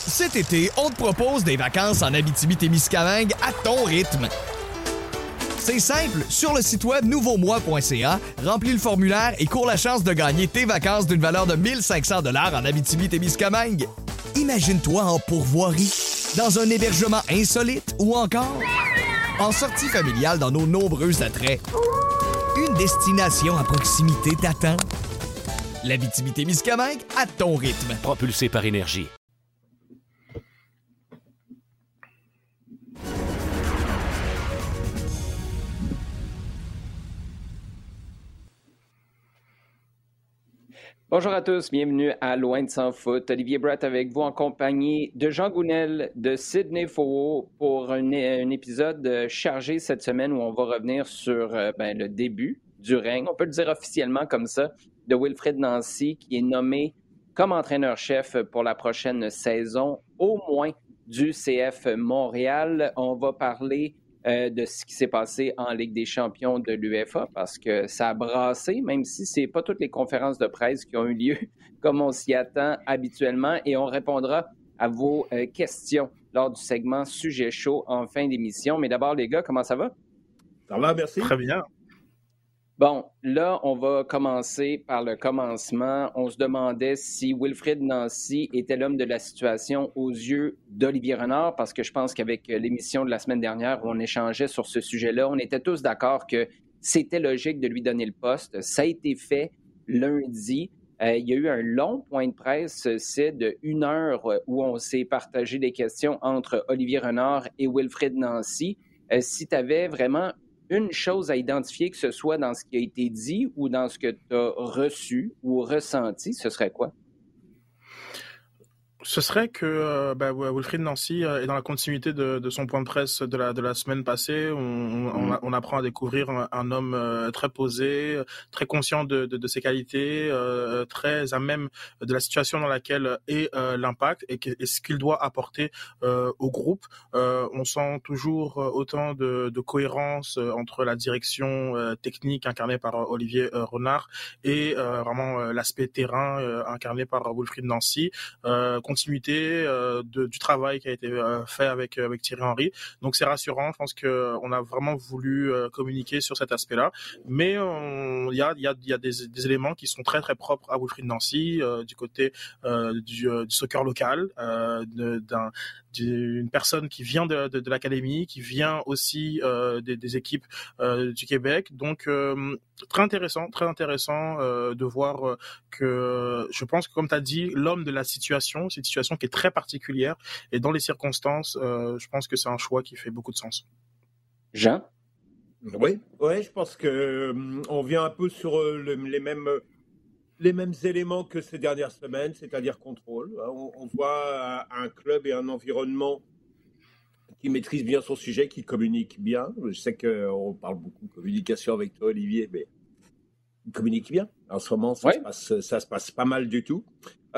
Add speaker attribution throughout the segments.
Speaker 1: Cet été, on te propose des vacances en Abitibi-Témiscamingue à ton rythme. C'est simple, sur le site web nouveaumois.ca, remplis le formulaire et cours la chance de gagner tes vacances d'une valeur de 1 500 $ en Abitibi-Témiscamingue. Imagine-toi en pourvoirie, dans un hébergement insolite ou encore en sortie familiale dans nos nombreux attraits. Une destination à proximité t'attend. L'Abitibi-Témiscamingue à ton rythme.
Speaker 2: Propulsé par Énergie.
Speaker 3: Bonjour à tous, bienvenue à Loin de Sans Foot. Olivier Brett avec vous en compagnie de Jean Gounel, de Sidney Faux pour un épisode chargé cette semaine où on va revenir sur le début du règne, on peut le dire officiellement comme ça, de Wilfried Nancy qui est nommé comme entraîneur-chef pour la prochaine saison, au moins du CF Montréal. On va parler de ce qui s'est passé en Ligue des champions de l'UEFA parce que ça a brassé, même si ce n'est pas toutes les conférences de presse qui ont eu lieu comme on s'y attend habituellement. Et on répondra à vos questions lors du segment Sujet chaud en fin d'émission. Mais d'abord, les gars, comment ça va?
Speaker 4: Ça va, merci.
Speaker 5: Très bien.
Speaker 3: Bon, là, on va commencer par le commencement. On se demandait si Wilfried Nancy était l'homme de la situation aux yeux d'Olivier Renard, parce que je pense qu'avec l'émission de la semaine dernière où on échangeait sur ce sujet-là, on était tous d'accord que c'était logique de lui donner le poste. Ça a été fait lundi. Il y a eu un long point de presse, c'est de 1 heure où on s'est partagé des questions entre Olivier Renard et Wilfried Nancy. Si tu avais vraiment une chose à identifier, que ce soit dans ce qui a été dit ou dans ce que tu as reçu ou ressenti, ce serait quoi?
Speaker 5: Ce serait que Wilfried Nancy est dans la continuité de son point de presse de la semaine passée. On apprend à découvrir un homme très posé, très conscient de ses qualités, très à même de la situation dans laquelle est l'impact et ce qu'il doit apporter au groupe. On sent toujours autant de cohérence entre la direction technique incarnée par Olivier Renard et vraiment l'aspect terrain incarné par Wilfried Nancy. Continuité du travail qui a été fait avec Thierry Henry. Donc c'est rassurant, je pense qu'on a vraiment voulu communiquer sur cet aspect-là. Mais il y a des éléments qui sont très très propres à Wilfried Nancy, du côté du soccer local, d'une personne qui vient de l'académie, qui vient aussi des équipes du Québec. Donc très intéressant de voir que je pense que, comme tu as dit, l'homme de la situation, c'est une situation qui est très particulière et dans les circonstances, je pense que c'est un choix qui fait beaucoup de sens.
Speaker 3: Jean?
Speaker 4: Oui, je pense que on vient un peu sur les mêmes éléments que ces dernières semaines, c'est-à-dire contrôle. On voit un club et un environnement qui maîtrise bien son sujet, qui communique bien. Je sais qu'on parle beaucoup de communication avec toi, Olivier, mais il communique bien. En ce moment, ça se passe pas mal du tout.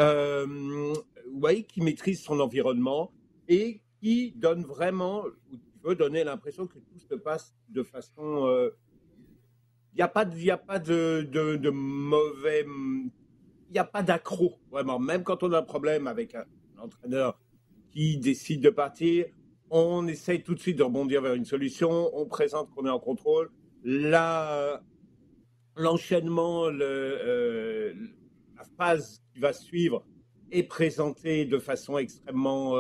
Speaker 4: Qui maîtrise son environnement et qui donne vraiment, ou tu veux donner l'impression que tout se passe de façon... Il n'y a pas de mauvais... Il n'y a pas d'accro, vraiment. Même quand on a un problème avec un entraîneur qui décide de partir, on essaye tout de suite de rebondir vers une solution, on présente qu'on est en contrôle. L'enchaînement, la phase qui va suivre est présentée de façon extrêmement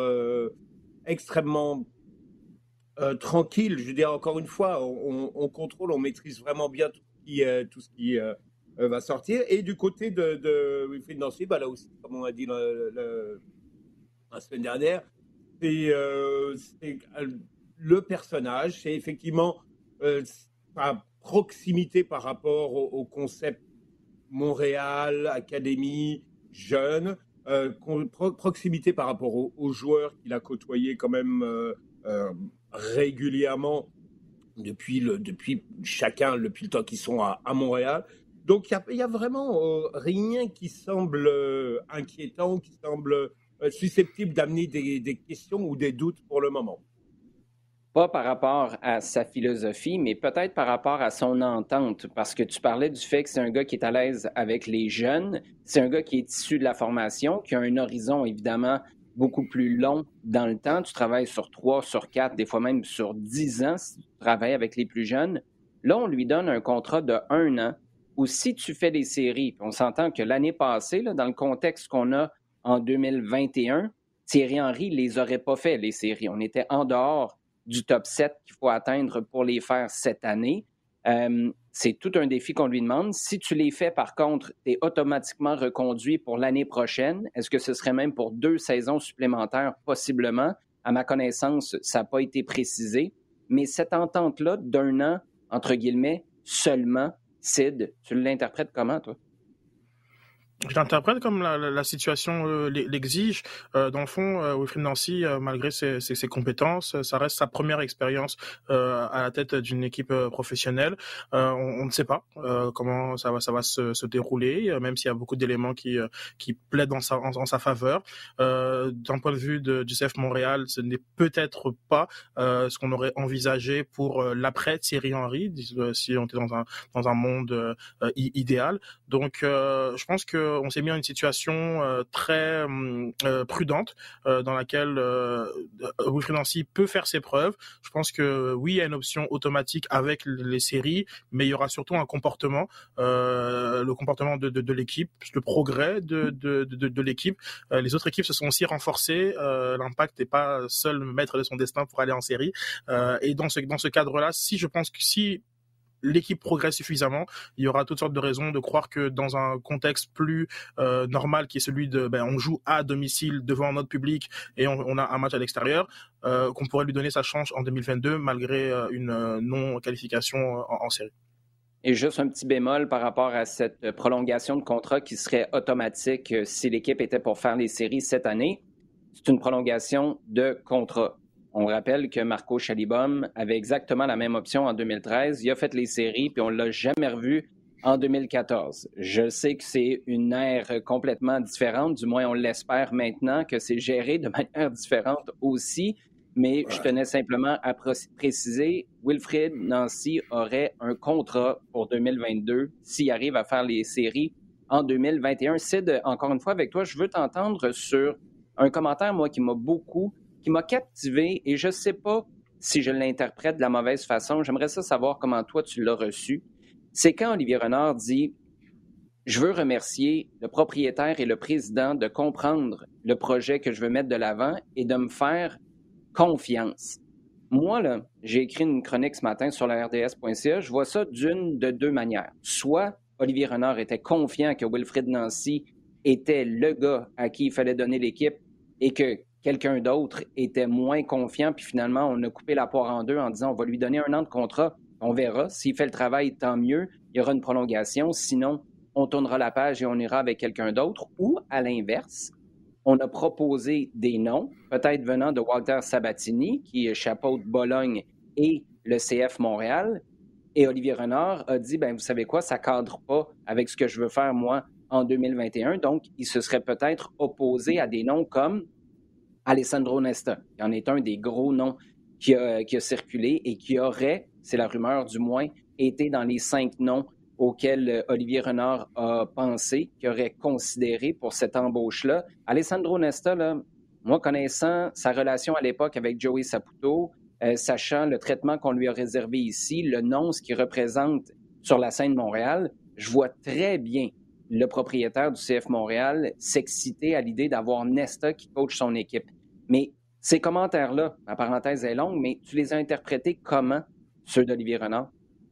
Speaker 4: tranquille. Je veux dire, encore une fois, on contrôle, on maîtrise vraiment bien tout ce qui va sortir. Et du côté de Wilfried Nancy, là aussi, comme on a dit la semaine dernière, c'est le personnage, c'est effectivement sa proximité par rapport au concept Montréal, académie, jeune, proximité par rapport aux joueurs qu'il a côtoyés quand même régulièrement depuis le temps qu'ils sont à Montréal. Donc il y a vraiment rien qui semble inquiétant, qui semble susceptible d'amener des questions ou des doutes pour le moment.
Speaker 3: Pas par rapport à sa philosophie, mais peut-être par rapport à son entente, parce que tu parlais du fait que c'est un gars qui est à l'aise avec les jeunes, c'est un gars qui est issu de la formation, qui a un horizon évidemment beaucoup plus long dans le temps. Tu travailles sur 3, sur 4, des fois même sur 10 ans si tu travailles avec les plus jeunes. Là, on lui donne un contrat de 1 an où si tu fais des séries, on s'entend que l'année passée, là, dans le contexte qu'on a en 2021, Thierry Henry ne les aurait pas fait, les séries. On était en dehors du top 7 qu'il faut atteindre pour les faire cette année. C'est tout un défi qu'on lui demande. Si tu les fais, par contre, tu es automatiquement reconduit pour l'année prochaine. Est-ce que ce serait même pour 2 saisons supplémentaires? Possiblement. À ma connaissance, ça n'a pas été précisé. Mais cette entente-là d'1 an, entre guillemets, seulement, Sid, tu l'interprètes comment, toi?
Speaker 5: Je l'interprète comme la situation l'exige. Dans le fond, Wilfried Nancy, malgré ses compétences, ça reste sa première expérience à la tête d'une équipe professionnelle. On ne sait pas comment ça va se dérouler, même s'il y a beaucoup d'éléments qui plaident en sa faveur. D'un point de vue du CF Montréal, ce n'est peut-être pas ce qu'on aurait envisagé pour l'après Thierry Henry, si on était dans un monde idéal. Donc, je pense que on s'est mis dans une situation très prudente dans laquelle Wilfried Nancy peut faire ses preuves. Je pense que oui, il y a une option automatique avec les séries, mais il y aura surtout un comportement, le comportement de l'équipe, le progrès de l'équipe. Les autres équipes se sont aussi renforcées. L'Impact n'est pas seul maître de son destin pour aller en série. Et dans ce cadre-là, je pense que si l'équipe progresse suffisamment, il y aura toutes sortes de raisons de croire que dans un contexte plus normal qui est celui de on joue à domicile devant notre public et on a un match à l'extérieur, qu'on pourrait lui donner sa chance en 2022 malgré une non-qualification en série.
Speaker 3: Et juste un petit bémol par rapport à cette prolongation de contrat qui serait automatique si l'équipe était pour faire les séries cette année, c'est une prolongation de contrat. On rappelle que Marco Chalibom avait exactement la même option en 2013. Il a fait les séries, puis on ne l'a jamais revu en 2014. Je sais que c'est une ère complètement différente, du moins on l'espère maintenant, que c'est géré de manière différente aussi, mais je tenais simplement à préciser, Wilfried Nancy aurait un contrat pour 2022 s'il arrive à faire les séries en 2021. Sid, encore une fois avec toi, je veux t'entendre sur un commentaire, moi, qui m'a captivé, et je ne sais pas si je l'interprète de la mauvaise façon. J'aimerais savoir comment toi, tu l'as reçu. C'est quand Olivier Renard dit « Je veux remercier le propriétaire et le président de comprendre le projet que je veux mettre de l'avant et de me faire confiance. » Moi, là, j'ai écrit une chronique ce matin sur la RDS.ca. Je vois ça d'une de 2 manières. Soit Olivier Renard était confiant que Wilfried Nancy était le gars à qui il fallait donner l'équipe et que quelqu'un d'autre était moins confiant, puis finalement, on a coupé la poire en 2 en disant on va lui donner 1 an de contrat, on verra. S'il fait le travail, tant mieux, il y aura une prolongation. Sinon, on tournera la page et on ira avec quelqu'un d'autre. Ou, à l'inverse, on a proposé des noms, peut-être venant de Walter Sabatini, qui chapeaute Bologne et le CF Montréal. Et Olivier Renard a dit, vous savez quoi, ça ne cadre pas avec ce que je veux faire, moi, en 2021. Donc, il se serait peut-être opposé à des noms comme Alessandro Nesta, qui en est un des gros noms qui a circulé et qui aurait, c'est la rumeur du moins, été dans les 5 noms auxquels Olivier Renard a pensé, qui aurait considéré pour cette embauche-là. Alessandro Nesta, là, moi, connaissant sa relation à l'époque avec Joey Saputo, sachant le traitement qu'on lui a réservé ici, le nom, ce qu'il représente sur la scène Montréal, je vois très bien le propriétaire du CF Montréal s'exciter à l'idée d'avoir Nesta qui coach son équipe. Mais ces commentaires-là, ma parenthèse est longue, mais tu les as interprétés comment, ceux d'Olivier Renard?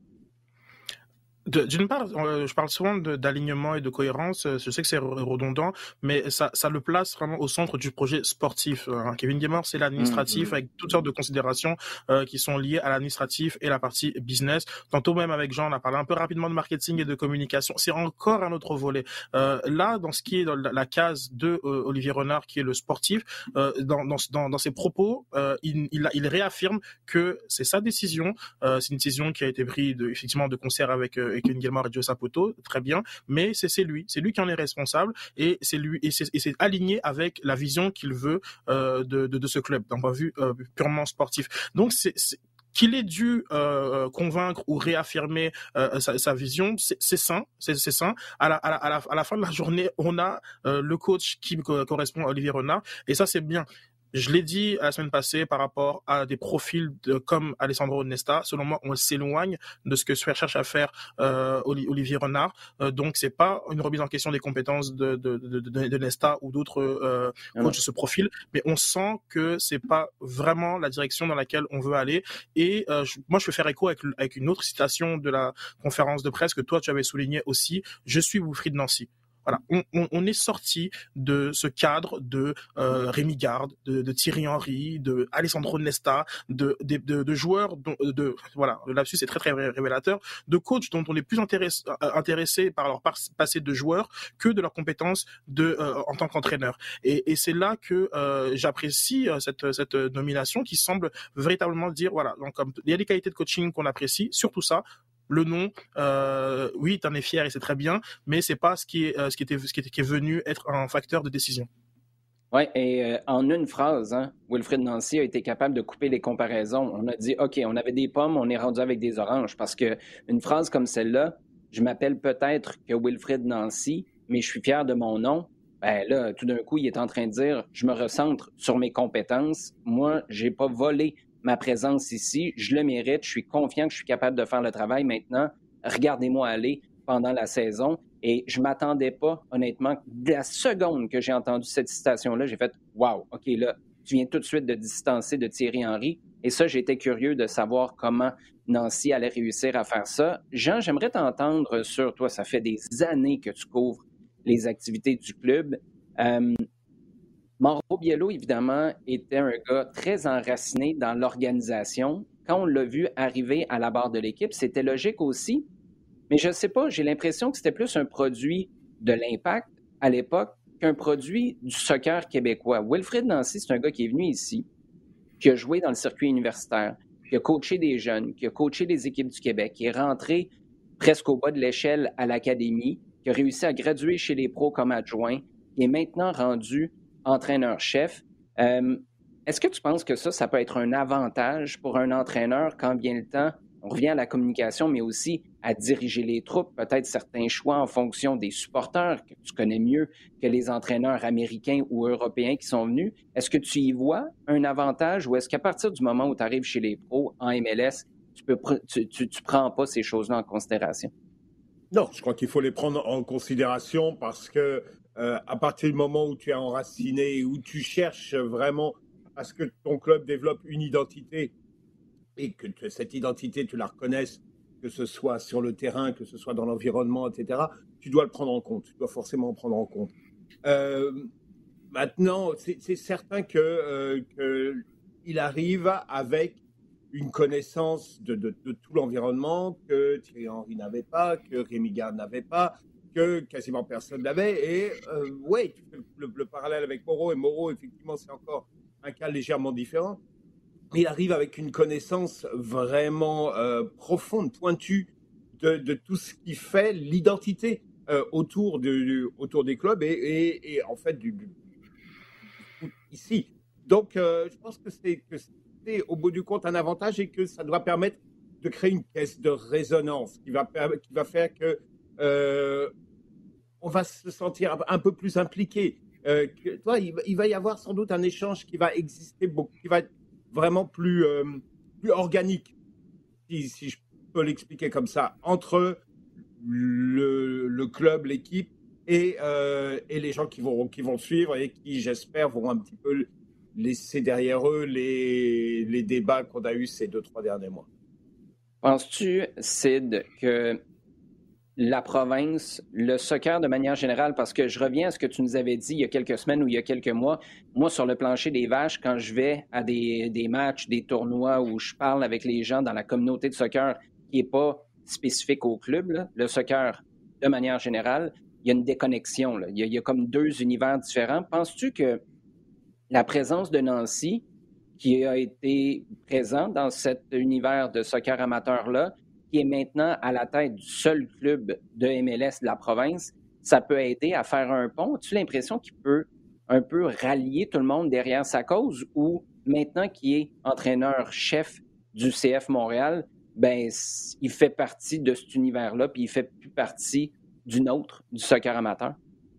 Speaker 5: D'une part, je parle souvent d'alignement et de cohérence. Je sais que c'est redondant, mais ça le place vraiment au centre du projet sportif. Kevin Gamer, c'est l'administratif avec toutes sortes de considérations qui sont liées à l'administratif et la partie business. Tantôt même avec Jean, on a parlé un peu rapidement de marketing et de communication. C'est encore un autre volet. Là, dans ce qui est dans la case de Olivier Renard, qui est le sportif, dans ses propos, il réaffirme que c'est sa décision. C'est une décision qui a été prise effectivement de concert avec Kevin Gilmore et Joe Saputo, très bien, mais c'est lui qui en est responsable et c'est aligné avec la vision qu'il veut de ce club d'un point de vue purement sportif. Donc qu'il ait dû convaincre ou réaffirmer sa vision, c'est sain. À la fin de la journée, on a le coach qui correspond à Olivier Renard, et ça c'est bien. Je l'ai dit la semaine passée par rapport à des profils comme Alessandro Nesta. Selon moi, on s'éloigne de ce que cherche à faire Olivier Renard. Donc, c'est pas une remise en question des compétences de Nesta ou d'autres coachs de ce profil, mais on sent que c'est pas vraiment la direction dans laquelle on veut aller. Et moi, je peux faire écho avec une autre citation de la conférence de presse que toi, tu avais souligné aussi. Je suis Wilfried Nancy. Voilà, on est sorti de ce cadre de Rémi Garde, de Thierry Henry, de Alessandro Nesta, de joueurs voilà, le lapsus est très très révélateur, de coachs dont on est plus intéressé par leur passé de joueurs que de leurs compétences en tant qu'entraîneur. Et c'est là que j'apprécie cette nomination qui semble véritablement dire voilà, donc il y a des qualités de coaching qu'on apprécie, surtout ça. Le nom, oui, t'en es fier et c'est très bien, mais c'est pas ce qui est venu être un facteur de décision.
Speaker 3: Oui, et en une phrase, Wilfried Nancy a été capable de couper les comparaisons. On a dit, OK, on avait des pommes, on est rendu avec des oranges, parce que une phrase comme celle-là, je m'appelle peut-être que Wilfried Nancy, mais je suis fier de mon nom. Ben là, tout d'un coup, il est en train de dire, je me recentre sur mes compétences. Moi, j'ai pas volé ma présence ici, je le mérite, je suis confiant que je suis capable de faire le travail maintenant. Regardez-moi aller pendant la saison. Et je ne m'attendais pas, honnêtement, de la seconde que j'ai entendu cette citation-là, j'ai fait « Wow, OK, là, tu viens tout de suite de distancer de Thierry Henry. » Et ça, j'étais curieux de savoir comment Nancy allait réussir à faire ça. Jean, j'aimerais t'entendre sur toi. Ça fait des années que tu couvres les activités du club. Mauro Biello, évidemment, était un gars très enraciné dans l'organisation. Quand on l'a vu arriver à la barre de l'équipe, c'était logique aussi. Mais je ne sais pas, j'ai l'impression que c'était plus un produit de l'Impact à l'époque qu'un produit du soccer québécois. Wilfried Nancy, c'est un gars qui est venu ici, qui a joué dans le circuit universitaire, qui a coaché des jeunes, qui a coaché des équipes du Québec, qui est rentré presque au bas de l'échelle à l'académie, qui a réussi à graduer chez les pros comme adjoint, qui est maintenant rendu entraîneur-chef. Est-ce que tu penses que ça peut être un avantage pour un entraîneur quand vient le temps, on revient à la communication, mais aussi à diriger les troupes, peut-être certains choix en fonction des supporters que tu connais mieux que les entraîneurs américains ou européens qui sont venus? Est-ce que tu y vois un avantage ou est-ce qu'à partir du moment où tu arrives chez les pros en MLS, tu prends pas ces choses-là en considération?
Speaker 4: Non, je crois qu'il faut les prendre en considération parce que à partir du moment où tu es enraciné, où tu cherches vraiment à ce que ton club développe une identité et que cette identité, tu la reconnaisses, que ce soit sur le terrain, que ce soit dans l'environnement, etc., tu dois le prendre en compte. Tu dois forcément le prendre en compte. Maintenant, c'est certain qu'il arrive avec une connaissance de tout l'environnement que Thierry Henry n'avait pas, que Rémi Garde n'avait pas, que quasiment personne n'avait. Et oui, tu fais le parallèle avec Mauro. Et Mauro, effectivement, c'est encore un cas légèrement différent. Mais il arrive avec une connaissance vraiment profonde, pointue de tout ce qui fait l'identité autour des clubs et en fait du foot ici. Donc, je pense que c'est au bout du compte un avantage et que ça doit permettre de créer une caisse de résonance qui va faire que on va se sentir un peu plus impliqué. Il va y avoir sans doute un échange qui va exister, qui va être vraiment plus organique, si je peux l'expliquer comme ça, entre le club, l'équipe et les gens qui vont suivre et qui, j'espère, vont un petit peu laisser derrière eux les débats qu'on a eus ces 2-3 derniers mois.
Speaker 3: Penses-tu, Sid, que la province, le soccer de manière générale, parce que je reviens à ce que tu nous avais dit il y a quelques semaines ou il y a quelques mois, moi, sur le plancher des vaches, quand je vais à des matchs, des tournois où je parle avec les gens dans la communauté de soccer qui n'est pas spécifique au club, là, le soccer, de manière générale, il y a une déconnexion. Là. Il y a comme deux univers différents. Penses-tu que la présence de Nancy, qui a été présent dans cet univers de soccer amateur-là, qui est maintenant à la tête du seul club de MLS de la province, ça peut aider à faire un pont? As-tu l'impression qu'il peut un peu rallier tout le monde derrière sa cause ou maintenant qu'il est entraîneur-chef du CF Montréal, ben il fait partie de cet univers-là, puis il fait plus partie du nôtre, du soccer amateur?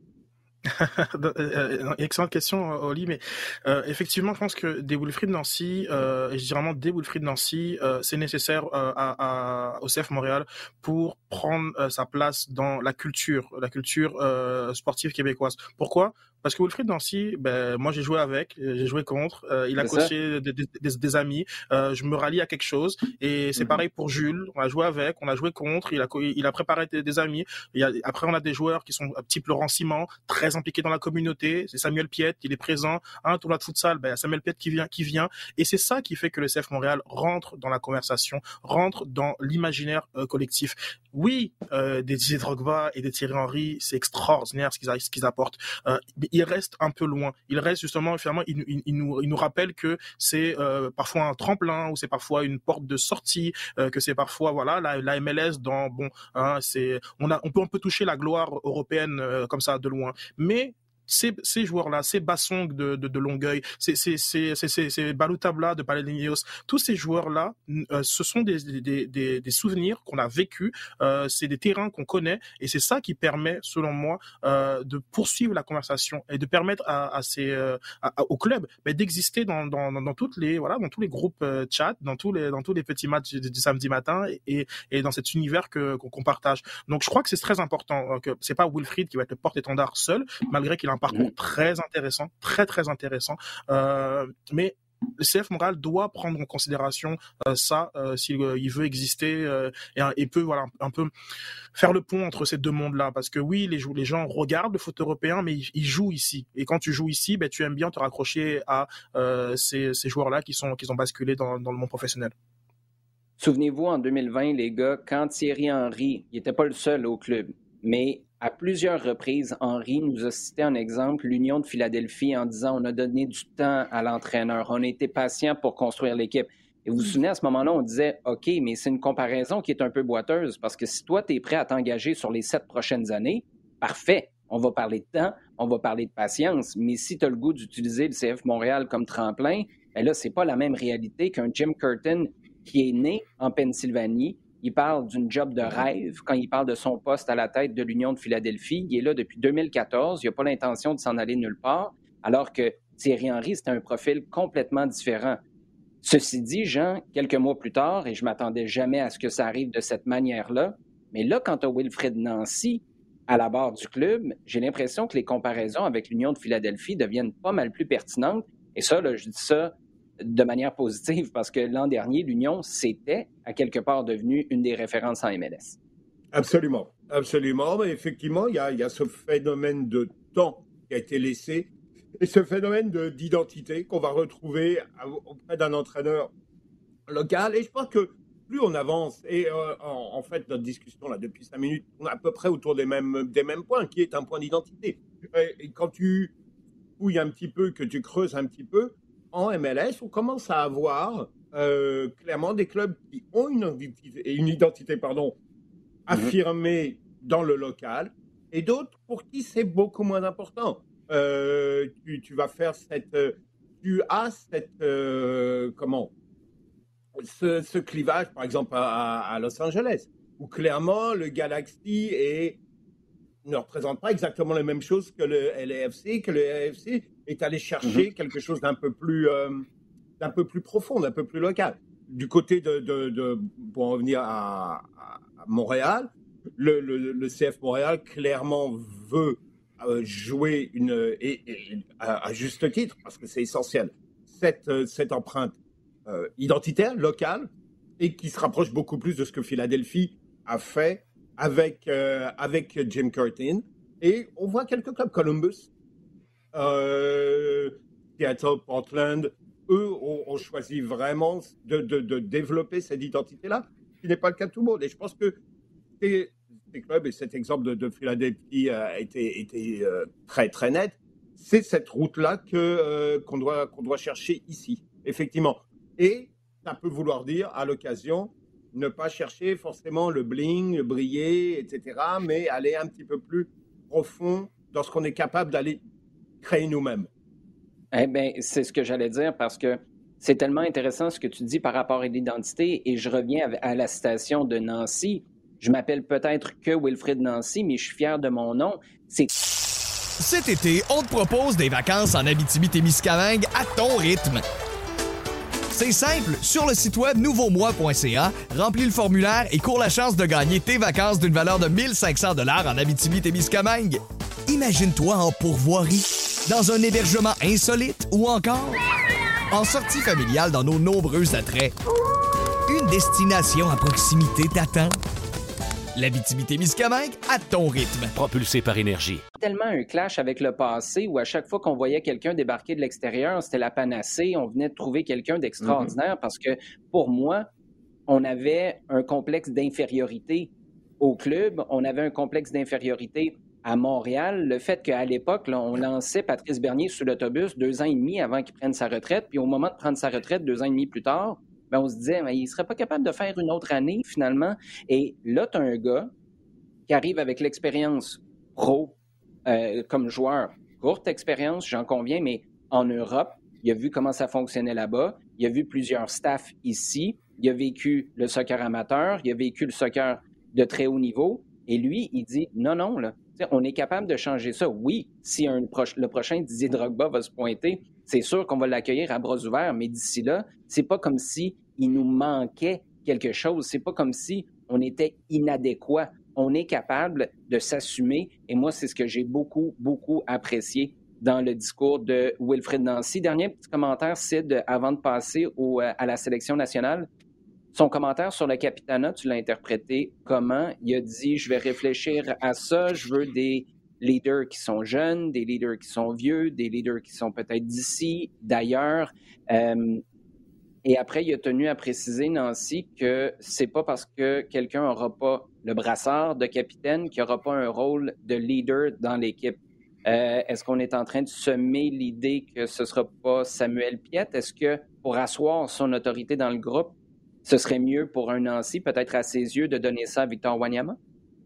Speaker 5: Excellente question, Oli, mais effectivement, je pense que des Wilfried Nancy, et je dis vraiment des Wilfried Nancy, c'est nécessaire au CF Montréal pour prendre sa place dans la culture sportive québécoise. Pourquoi? Parce que Wilfried Nancy, ben moi j'ai joué contre, il a coaché des amis, je me rallie à quelque chose, et c'est pareil pour Jules, on a joué contre, il a préparé des amis. Après on a des joueurs qui sont type Laurent Simon, très impliqué dans la communauté, c'est Samuel Piette, il est présent, un tournoi de futsal, ben Samuel Piette qui vient, et c'est ça qui fait que le CF Montréal rentre dans la conversation, rentre dans l'imaginaire collectif. Oui, des Didier Drogba et des Thierry Henry, c'est extraordinaire ce qu'ils apportent. Mais il reste un peu loin. Il reste justement, finalement, il nous rappelle que c'est parfois un tremplin, ou c'est parfois une porte de sortie, que c'est parfois voilà la MLS dans on peut toucher la gloire européenne comme ça de loin. Mais ces joueurs-là, ces Bassong de Longueuil, ces Baloutabla de Palestinios, tous ces joueurs-là, ce sont des souvenirs qu'on a vécus, c'est des terrains qu'on connaît, et c'est ça qui permet, selon moi, de poursuivre la conversation et de permettre au club d'exister dans tous les groupes chat, dans tous les petits matchs du samedi matin, et dans cet univers qu'on partage. Donc je crois que c'est très important, que c'est pas Wilfried qui va être le porte-étendard seul, malgré qu'il a un parcours très intéressant, très intéressant. Mais le CF Montréal doit prendre en considération ça s'il veut exister et peut un peu faire le pont entre ces deux mondes-là. Parce que oui, les gens regardent le foot européen, mais ils jouent ici. Et quand tu joues ici, tu aimes bien te raccrocher à ces joueurs-là qui ont basculé dans le monde professionnel.
Speaker 3: Souvenez-vous, en 2020, les gars, quand Thierry Henry, il n'était pas le seul au club, mais à plusieurs reprises, Henry nous a cité en exemple l'Union de Philadelphie en disant on a donné du temps à l'entraîneur, on a été patient pour construire l'équipe. Et vous vous souvenez, à ce moment-là, on disait OK, mais c'est une comparaison qui est un peu boiteuse parce que si toi, tu es prêt à t'engager sur les 7 prochaines années, parfait, on va parler de temps, on va parler de patience, mais si tu as le goût d'utiliser le CF Montréal comme tremplin, bien là, c'est pas la même réalité qu'un Jim Curtin qui est né en Pennsylvanie. Il parle d'une job de rêve quand il parle de son poste à la tête de l'Union de Philadelphie. Il est là depuis 2014. Il n'a pas l'intention de s'en aller nulle part, alors que Thierry Henry, c'était un profil complètement différent. Ceci dit, Jean, quelques mois plus tard, et je ne m'attendais jamais à ce que ça arrive de cette manière-là, mais là, quand tu as Wilfried Nancy à la barre du club, j'ai l'impression que les comparaisons avec l'Union de Philadelphie deviennent pas mal plus pertinentes. Et ça, là, je dis ça de manière positive parce que l'an dernier, l'Union, c'était à quelque part devenu une des références en MLS.
Speaker 4: Absolument. Mais effectivement, il y a ce phénomène de temps qui a été laissé et ce phénomène d'identité qu'on va retrouver auprès d'un entraîneur local. Et je pense que plus on avance, et en fait, notre discussion là depuis 5 minutes, on est à peu près autour des mêmes points, qui est un point d'identité. Et quand tu fouilles un petit peu, que tu creuses un petit peu, en MLS, on commence à avoir clairement des clubs qui ont une identité affirmée dans le local, et d'autres pour qui c'est beaucoup moins important. Tu vas faire ce clivage, par exemple, à Los Angeles, où clairement le Galaxy ne représente pas exactement les mêmes choses que le LAFC, est allé chercher quelque chose d'un peu plus profond, d'un peu plus local. Du côté pour en revenir à Montréal, le CF Montréal clairement veut jouer à juste titre, parce que c'est essentiel, cette empreinte identitaire, locale, et qui se rapproche beaucoup plus de ce que Philadelphie a fait avec Jim Curtin. Et on voit quelques clubs, Columbus, Seattle, Portland, eux ont choisi vraiment de développer cette identité-là, ce qui n'est pas le cas de tout le monde. Et je pense que ces clubs, et cet exemple de Philadelphie a été très, très net, c'est cette route-là qu'on doit chercher ici, effectivement. Et ça peut vouloir dire, à l'occasion, ne pas chercher forcément le bling, le briller, etc., mais aller un petit peu plus profond dans ce qu'on est capable d'aller créer nous-mêmes.
Speaker 3: Eh bien, c'est ce que j'allais dire, parce que C'est tellement intéressant ce que tu dis par rapport à l'identité et je reviens à la citation de Nancy. Je m'appelle peut-être que Wilfrid Nancy, mais je suis fier de mon nom.
Speaker 1: Cet été, on te propose des vacances en Abitibi-Témiscamingue à ton rythme. C'est simple, sur le site web nouveaumois.ca, remplis le formulaire et cours la chance de gagner tes vacances d'une valeur de 1 500 $ en Abitibi-Témiscamingue. Imagine-toi en pourvoirie, dans un hébergement insolite ou encore en sortie familiale dans nos nombreux attraits. Une destination à proximité t'attend. L'Abitibi-Témiscamingue à ton rythme.
Speaker 2: Propulsé par Énergie.
Speaker 3: Tellement un clash avec le passé où à chaque fois qu'on voyait quelqu'un débarquer de l'extérieur, c'était la panacée, on venait de trouver quelqu'un d'extraordinaire parce que pour moi, on avait un complexe d'infériorité au club, on avait un complexe d'infériorité à Montréal. Le fait qu'à l'époque, là, on lançait Patrice Bernier sous l'autobus 2 ans et demi avant qu'il prenne sa retraite, puis au moment de prendre sa retraite 2 ans et demi plus tard, ben on se disait, il ne serait pas capable de faire une autre année, finalement. Et là, tu as un gars qui arrive avec l'expérience pro comme joueur. Courte expérience, j'en conviens, mais en Europe, il a vu comment ça fonctionnait là-bas. Il a vu plusieurs staffs ici. Il a vécu le soccer amateur. Il a vécu le soccer de très haut niveau. Et lui, il dit, non, là, on est capable de changer ça. Oui, si le prochain Didier Drogba va se pointer, c'est sûr qu'on va l'accueillir à bras ouverts, mais d'ici là, c'est pas comme si il nous manquait quelque chose. C'est pas comme si on était inadéquat. On est capable de s'assumer. Et moi, c'est ce que j'ai beaucoup, beaucoup apprécié dans le discours de Wilfrid Nancy. Dernier petit commentaire, Sid, avant de passer à la sélection nationale. Son commentaire sur le Capitana, tu l'as interprété comment? Il a dit, je vais réfléchir à ça, je veux des leaders qui sont jeunes, des leaders qui sont vieux, des leaders qui sont peut-être d'ici, d'ailleurs. Et après, il a tenu à préciser, Nancy, que c'est pas parce que quelqu'un n'aura pas le brassard de capitaine qu'il n'aura pas un rôle de leader dans l'équipe. Est-ce qu'on est en train de semer l'idée que ce ne sera pas Samuel Piette? Est-ce que pour asseoir son autorité dans le groupe, ce serait mieux pour un Nancy, peut-être à ses yeux, de donner ça à Victor Wanyama?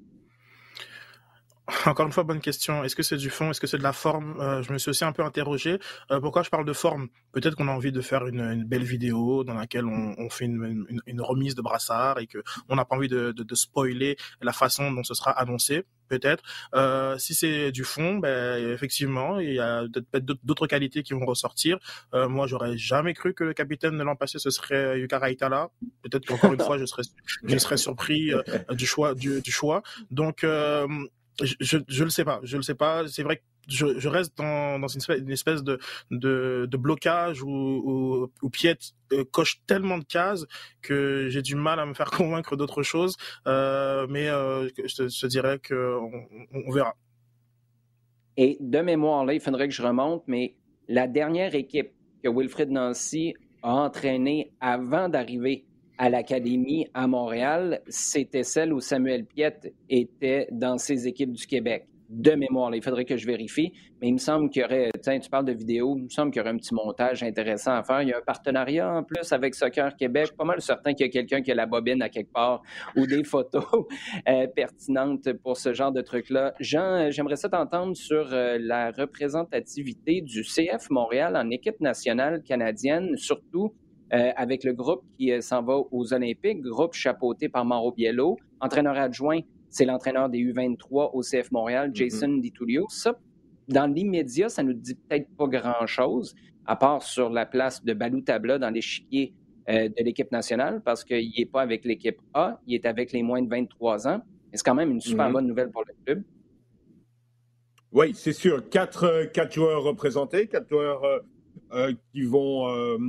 Speaker 5: Encore une fois, bonne question. Est-ce que c'est du fond? Est-ce que c'est de la forme? Je me suis aussi un peu interrogé. Pourquoi je parle de forme? Peut-être qu'on a envie de faire une belle vidéo dans laquelle on fait une remise de brassard et qu'on n'a pas envie de spoiler la façon dont ce sera annoncé. Peut-être. Si c'est du fond, effectivement, il y a peut-être d'autres qualités qui vont ressortir. Moi, j'aurais jamais cru que le capitaine de l'an passé, ce serait Yuka Raitala. Peut-être qu'encore une fois, je serais surpris du choix. Donc, je le sais pas. C'est vrai que je reste dans une espèce de blocage où Piette coche tellement de cases que j'ai du mal à me faire convaincre d'autre chose. Mais je te dirais qu'on verra.
Speaker 3: Et de mémoire, là, il faudrait que je remonte, mais la dernière équipe que Wilfrid Nancy a entraînée avant d'arriver à l'Académie à Montréal, c'était celle où Samuel Piette était dans ses équipes du Québec. De mémoire, là, il faudrait que je vérifie, mais il me semble qu'il y aurait, tu parles de vidéo, il me semble qu'il y aurait un petit montage intéressant à faire. Il y a un partenariat en plus avec Soccer Québec, pas mal certain qu'il y a quelqu'un qui a la bobine à quelque part ou des photos pertinentes pour ce genre de truc-là. Jean, j'aimerais ça t'entendre sur la représentativité du CF Montréal en équipe nationale canadienne, surtout avec le groupe qui s'en va aux Olympiques, groupe chapeauté par Mauro Biello. Entraîneur adjoint, c'est l'entraîneur des U23 au CF Montréal, Jason DiTullio. Ça, dans l'immédiat, ça nous dit peut-être pas grand-chose, à part sur la place de Balou Tabla dans l'échiquier de l'équipe nationale, parce qu'il n'est pas avec l'équipe A, il est avec les moins de 23 ans. Mais c'est quand même une super bonne nouvelle pour le club.
Speaker 4: Oui, c'est sûr. 4 joueurs représentés, 4 joueurs qui vont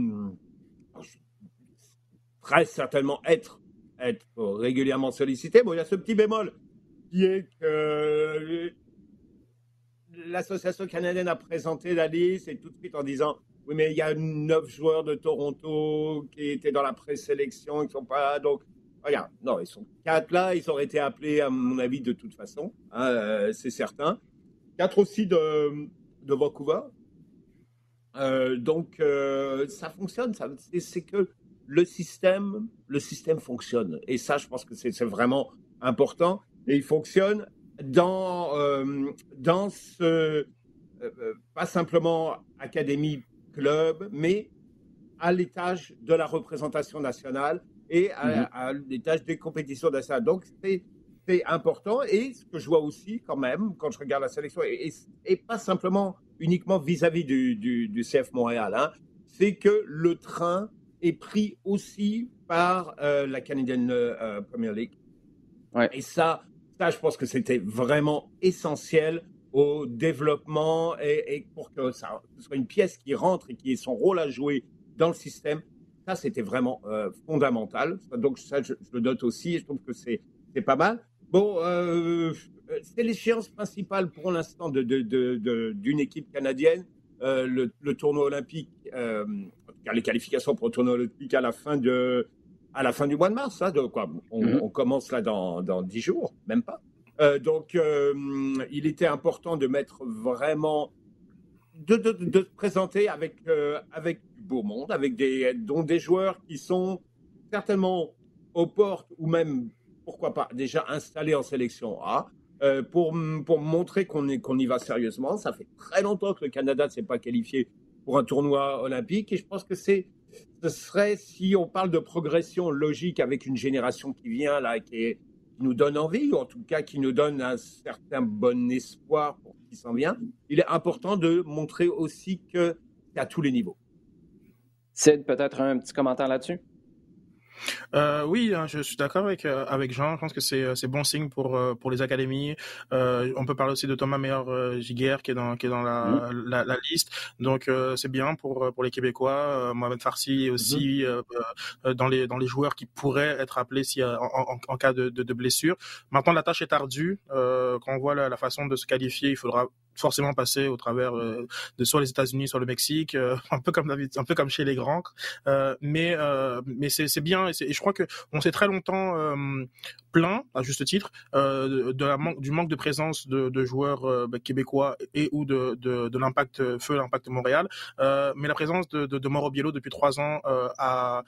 Speaker 4: très certainement être régulièrement sollicités. Bon, il y a ce petit bémol qui est que l'Association canadienne a présenté la liste et tout de suite en disant « Oui, mais il y a 9 joueurs de Toronto qui étaient dans la présélection, qui ne sont pas là. » Donc, regarde, non, ils sont 4 là, ils auraient été appelés, à mon avis, de toute façon, c'est certain. 4 aussi de Vancouver. Donc, ça fonctionne. C'est que le système fonctionne. Et ça, je pense que c'est vraiment important. Et il fonctionne dans ce, pas simplement académie, club, mais à l'étage de la représentation nationale et à l'étage des compétitions nationales. Donc, c'est important. Et ce que je vois aussi, quand même, quand je regarde la sélection, et pas simplement uniquement vis-à-vis du CF Montréal, hein, c'est que le train est pris aussi par la Canadian Premier League.
Speaker 3: Ouais.
Speaker 4: Et ça, je pense que c'était vraiment essentiel au développement et pour que ça ce soit une pièce qui rentre et qui ait son rôle à jouer dans le système. Ça, c'était vraiment fondamental. Donc, ça, je le note aussi et je trouve que c'est pas mal. Bon, c'est l'échéance principale pour l'instant d'une équipe canadienne. Le tournoi olympique, en tout cas les qualifications pour le tournoi olympique à la fin du mois de mars. Hein, on commence là dans 10 jours, même pas. Donc, il était important de mettre vraiment, de se présenter avec du beau monde, dont des joueurs qui sont certainement aux portes ou même, pourquoi pas, déjà installés en sélection A, pour montrer qu'on y va sérieusement. Ça fait très longtemps que le Canada ne s'est pas qualifié pour un tournoi olympique et je pense que ce serait, si on parle de progression logique avec une génération qui vient là, qui nous donne envie, ou en tout cas qui nous donne un certain bon espoir pour ce qui s'en vient, il est important de montrer aussi que c'est à tous les niveaux.
Speaker 3: Sid, peut-être un petit commentaire là-dessus?
Speaker 5: Oui, hein, je suis d'accord avec Jean. Je pense que c'est bon signe pour les académies. On peut parler aussi de Thomas Meyer-Giguère qui est dans la liste. Donc c'est bien pour les Québécois. Mohamed Farsi est aussi dans les joueurs qui pourraient être appelés en cas de blessure. Maintenant, la tâche est ardue. Quand on voit la façon de se qualifier, il faudra forcément passer au travers de soit les États-Unis, soit le Mexique, un peu comme chez les grands. Mais c'est bien et je crois que on s'est très longtemps plaint, à juste titre, du manque de présence de joueurs québécois et ou de l'impact Montréal. Mais la présence de Mauro Biello depuis 3 ans à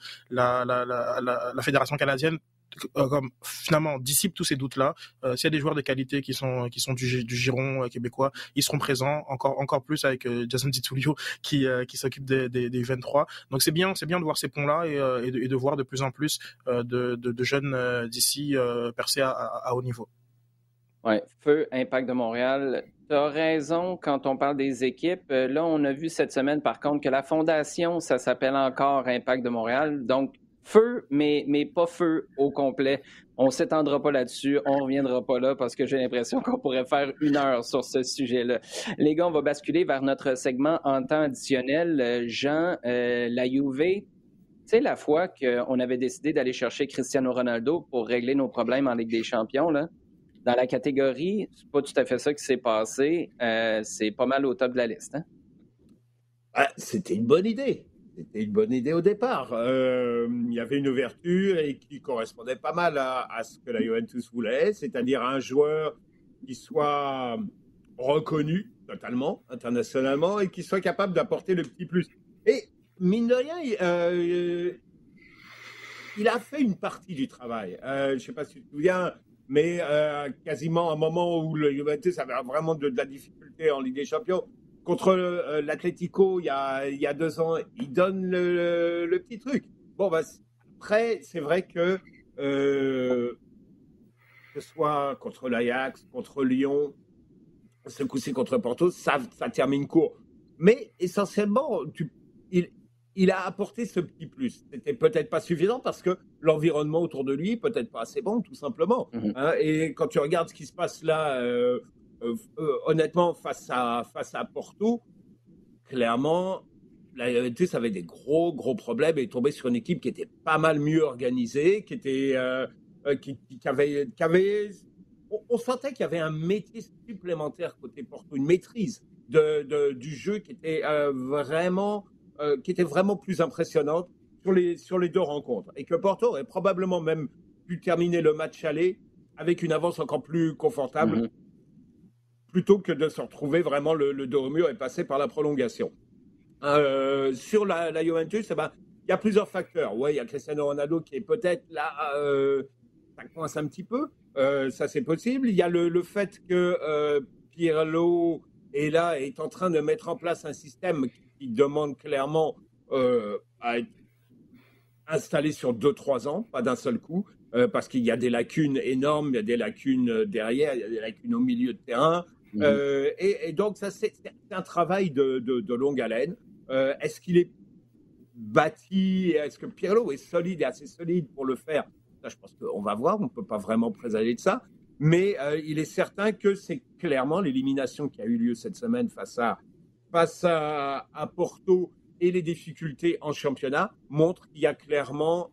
Speaker 5: la Fédération canadienne comme finalement dissipe tous ces doutes-là. S'il y a des joueurs de qualité qui sont du giron québécois, ils seront présents encore plus avec Jason Titulio qui s'occupe des 23. Donc c'est bien de voir ces ponts-là et de voir de plus en plus de jeunes d'ici percer à haut niveau.
Speaker 3: Ouais, feu Impact de Montréal. Tu as raison quand on parle des équipes. Là, on a vu cette semaine, par contre, que la fondation, ça s'appelle encore Impact de Montréal. Donc, feu, mais pas feu au complet. On ne s'étendra pas là-dessus. On ne reviendra pas là parce que j'ai l'impression qu'on pourrait faire 1 heure sur ce sujet-là. Les gars, on va basculer vers notre segment en temps additionnel. Jean, la Juve, tu sais, la fois qu'on avait décidé d'aller chercher Cristiano Ronaldo pour régler nos problèmes en Ligue des Champions, là, dans la catégorie, c'est pas tout à fait ça qui s'est passé. C'est pas mal au top de la liste. Hein?
Speaker 4: Ah, c'était une bonne idée. C'était une bonne idée au départ. Il y avait une ouverture et qui correspondait pas mal à ce que la Juventus voulait, c'est-à-dire un joueur qui soit reconnu totalement, internationalement, et qui soit capable d'apporter le petit plus. Et mine de rien, il a fait une partie du travail. Je ne sais pas si tu te souviens, mais quasiment à un moment où le Juventus avait vraiment de la difficulté en Ligue des Champions, contre l'Atlético, il y a 2 ans, il donne le petit truc. Bon, après, c'est vrai que ce soit contre l'Ajax, contre Lyon, ce coup-ci contre Porto, ça termine court. Mais essentiellement, il a apporté ce petit plus. C'était peut-être pas suffisant parce que l'environnement autour de lui, peut-être pas assez bon, tout simplement. Hein, et quand tu regardes ce qui se passe là, honnêtement, face à Porto, clairement, la Juventus avait des gros problèmes et est tombée sur une équipe qui était pas mal mieux organisée, qui avait, on sentait qu'il y avait un métier supplémentaire côté Porto, une maîtrise du jeu qui était vraiment plus impressionnante sur les 2 rencontres, et que Porto aurait probablement même pu terminer le match aller avec une avance encore plus confortable, plutôt que de se retrouver vraiment le dos au mur et passer par la prolongation. Sur la Juventus, il y a plusieurs facteurs. Ouais, il y a Cristiano Ronaldo qui est peut-être là, ça coince un petit peu, ça c'est possible. Il y a le fait que Pirlo est là, est en train de mettre en place un système qui demande clairement à être installé sur 2-3 ans, pas d'un seul coup, parce qu'il y a des lacunes énormes, il y a des lacunes derrière, il y a des lacunes au milieu de terrain. Et donc, ça, c'est un travail de longue haleine. Est-ce qu'il est bâti? Est-ce que Pirlo est solide et assez solide pour le faire? Ça, je pense qu'on va voir, on ne peut pas vraiment présager de ça. Mais il est certain que c'est clairement l'élimination qui a eu lieu cette semaine face à Porto et les difficultés en championnat montrent qu'il y a clairement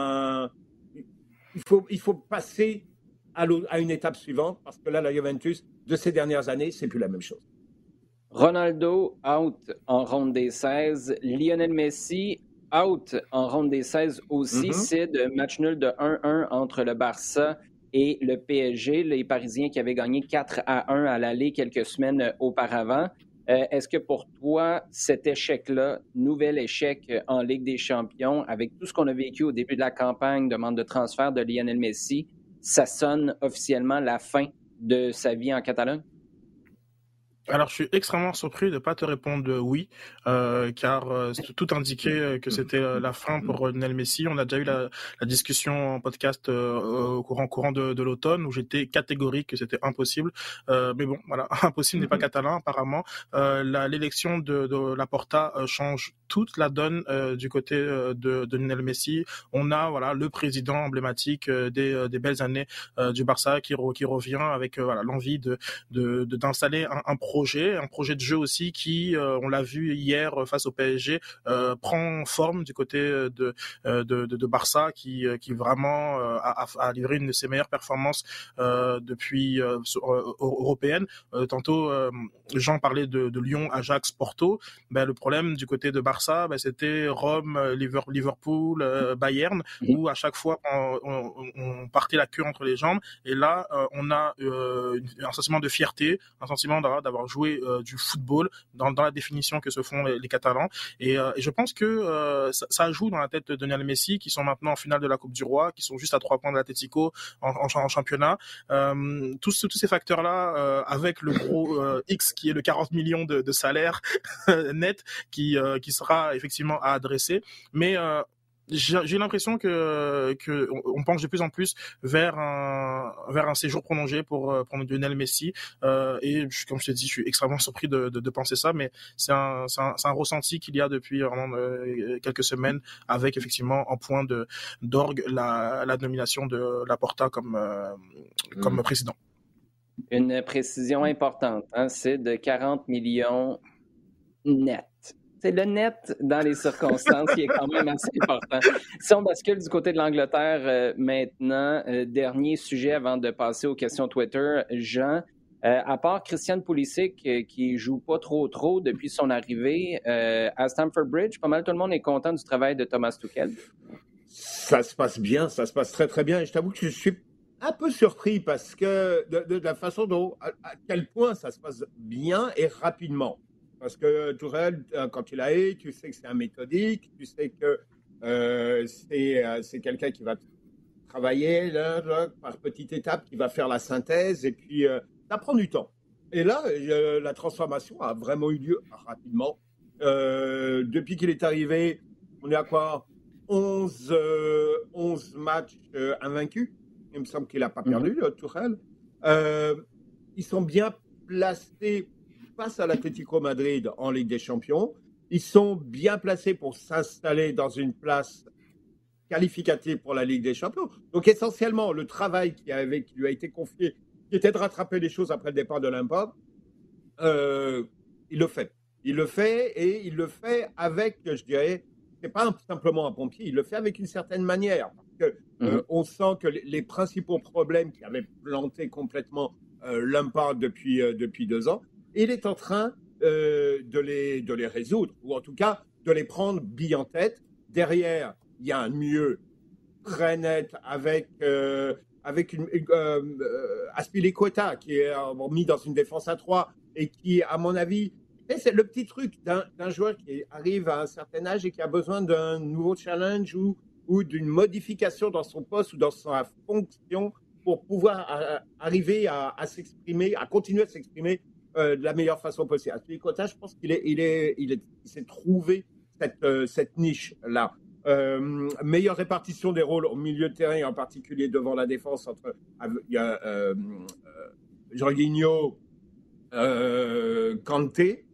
Speaker 4: il faut passer à une étape suivante, parce que là, la Juventus de ces dernières années, c'est plus la même chose.
Speaker 3: Ronaldo, out en ronde des 16. Lionel Messi, out en ronde des 16 aussi. C'est de match nul de 1-1 entre le Barça et le PSG, les Parisiens qui avaient gagné 4-1 à l'aller quelques semaines auparavant. Est-ce que pour toi, cet échec-là, nouvel échec en Ligue des Champions, avec tout ce qu'on a vécu au début de la campagne, demande de transfert de Lionel Messi, ça sonne officiellement la fin de sa vie en Catalogne?
Speaker 5: Alors, je suis extrêmement surpris de ne pas te répondre oui, car tout indiquait que c'était la fin pour Lionel Messi. On a déjà eu la discussion en podcast au courant de l'automne, où j'étais catégorique que c'était impossible. Mais bon, voilà, impossible n'est pas catalan apparemment. L'élection de Laporta change toute la donne du côté de Lionel Messi. On a le président emblématique des belles années du Barça qui revient avec l'envie d'installer un projet de jeu aussi qui, on l'a vu hier face au PSG, prend forme du côté de Barça qui vraiment a livré une de ses meilleures performances depuis européenne. Tantôt, Jean parlait de Lyon, Ajax, Porto. Le problème du côté de Barça, c'était Rome, Liverpool, Bayern, où à chaque fois on partait la queue entre les jambes. Et là, on a un sentiment de fierté, un sentiment d'avoir joué du football dans la définition que se font les Catalans. Et je pense que ça joue dans la tête de Lionel Messi, qui sont maintenant en finale de la Coupe du Roi, qui sont juste à 3 points de l'Atlético en championnat. Tous ces facteurs-là, avec le gros X qui est le 40 millions de salaire net qui sera effectivement à adresser. Mais j'ai l'impression que on penche de plus en plus vers un séjour prolongé pour Lionel Messi, et comme je t'ai dit, je suis extrêmement surpris de penser ça, mais c'est un ressenti qu'il y a depuis vraiment quelques semaines, avec effectivement en point d'orgue la nomination de Laporta comme président.
Speaker 3: Une précision importante, c'est de 40 millions net. C'est le net dans les circonstances qui est quand même assez important. Si on bascule du côté de l'Angleterre maintenant, dernier sujet avant de passer aux questions Twitter, Jean, à part Christian Pulisic qui joue pas trop depuis son arrivée à Stamford Bridge, pas mal tout le monde est content du travail de Thomas Tuchel.
Speaker 4: Ça se passe bien, ça se passe très très bien. Et je t'avoue que je suis un peu surpris parce que de la façon dont, à quel point ça se passe bien et rapidement. Parce que Tuchel, quand il tu sais que c'est un méthodique, tu sais que c'est quelqu'un qui va travailler là, par petites étapes, qui va faire la synthèse, et puis ça prend du temps. Et là, la transformation a vraiment eu lieu rapidement. Depuis qu'il est arrivé, on est à quoi ? 11 matchs invaincus. Il me semble qu'il n'a pas perdu, Tuchel. Ils sont bien placés face à l'Atlético Madrid en Ligue des Champions. Ils sont bien placés pour s'installer dans une place qualificative pour la Ligue des Champions. Donc essentiellement, le travail qui lui a été confié, qui était de rattraper les choses après le départ de l'Empire, il le fait. Il le fait, et il le fait avec, je dirais, c'est pas simplement un pompier, il le fait avec une certaine manière. Parce que, on sent que les principaux problèmes qui avaient planté complètement l'Empire depuis 2 ans, il est en train de les résoudre, ou en tout cas de les prendre bille en tête. Derrière, il y a un mieux très net avec Azpilicueta qui est mis dans une défense à 3 et qui, à mon avis, c'est le petit truc d'un joueur qui arrive à un certain âge et qui a besoin d'un nouveau challenge ou d'une modification dans son poste ou dans sa fonction pour pouvoir arriver à s'exprimer, à continuer à s'exprimer de la meilleure façon possible. Azpilicueta, je pense qu'il s'est trouvé cette niche-là. Meilleure répartition des rôles au milieu de terrain, et en particulier devant la défense. Il y a Jorginho, Kanté,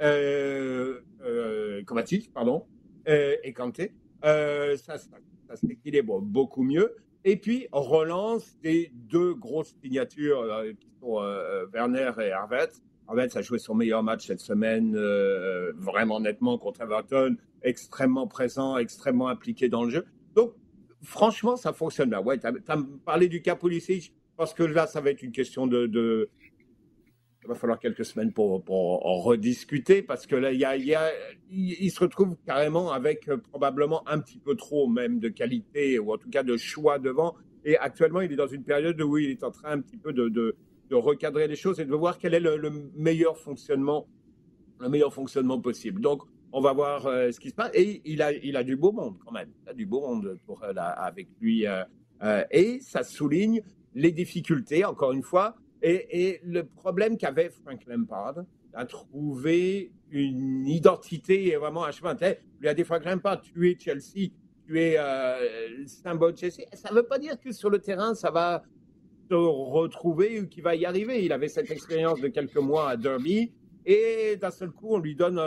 Speaker 4: Kovacic, pardon, et Kanté. Ça s'équilibre beaucoup mieux. Et puis, on relance des deux grosses signatures qui sont Werner et Havertz. Havertz a joué son meilleur match cette semaine, vraiment nettement contre Everton, extrêmement présent, extrêmement impliqué dans le jeu. Donc, franchement, ça fonctionne bien. Ouais, tu as parlé du cas Pulisic, parce que là, ça va être une question de... Il va falloir quelques semaines pour en rediscuter, parce que là, il se retrouve carrément avec probablement un petit peu trop même de qualité, ou en tout cas de choix devant. Et actuellement, il est dans une période où il est en train un petit peu de recadrer les choses et de voir quel est le meilleur fonctionnement possible. Donc, on va voir ce qui se passe. Et il a du beau monde quand même. Il a du beau monde avec lui. Et ça souligne les difficultés, encore une fois, et le problème qu'avait Frank Lampard à trouver une identité et vraiment un chemin. Lui a dit Frank Lampard, tu es Chelsea, tu es le symbole Chelsea. Ça ne veut pas dire que sur le terrain, ça va se retrouver ou qu'il va y arriver. Il avait cette expérience de quelques mois à Derby et d'un seul coup, on lui donne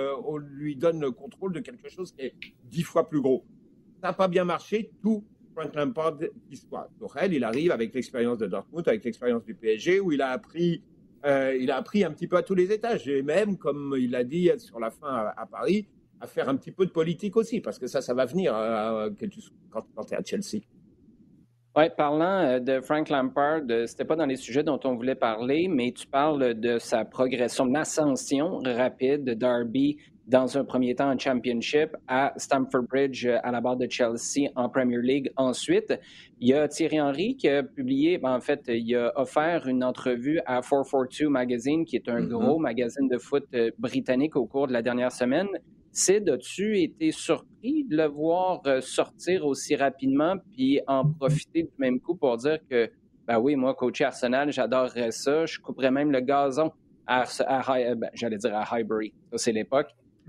Speaker 4: le contrôle de quelque chose qui est 10 fois plus gros. Ça n'a pas bien marché, tout Frank Lampard qui soit. Tuchel, il arrive avec l'expérience de Dortmund, avec l'expérience du PSG, où il a appris un petit peu à tous les étages, et même, comme il l'a dit sur la fin à Paris, à faire un petit peu de politique aussi, parce que ça va venir quand tu es à Chelsea.
Speaker 3: Oui, parlant de Frank Lampard, c'était pas dans les sujets dont on voulait parler, mais tu parles de sa progression, l'ascension rapide de Derby dans un premier temps en Championship, à Stamford Bridge à la barre de Chelsea en Premier League. Ensuite, il y a Thierry Henry qui a publié, il a offert une entrevue à 442 Magazine, qui est un gros magazine de foot britannique au cours de la dernière semaine. Sid, as-tu été surpris de le voir sortir aussi rapidement puis en profiter du même coup pour dire que, ben oui, moi, coacher Arsenal, j'adorerais ça. Je couperais même le gazon j'allais dire à Highbury, ça c'est l'époque,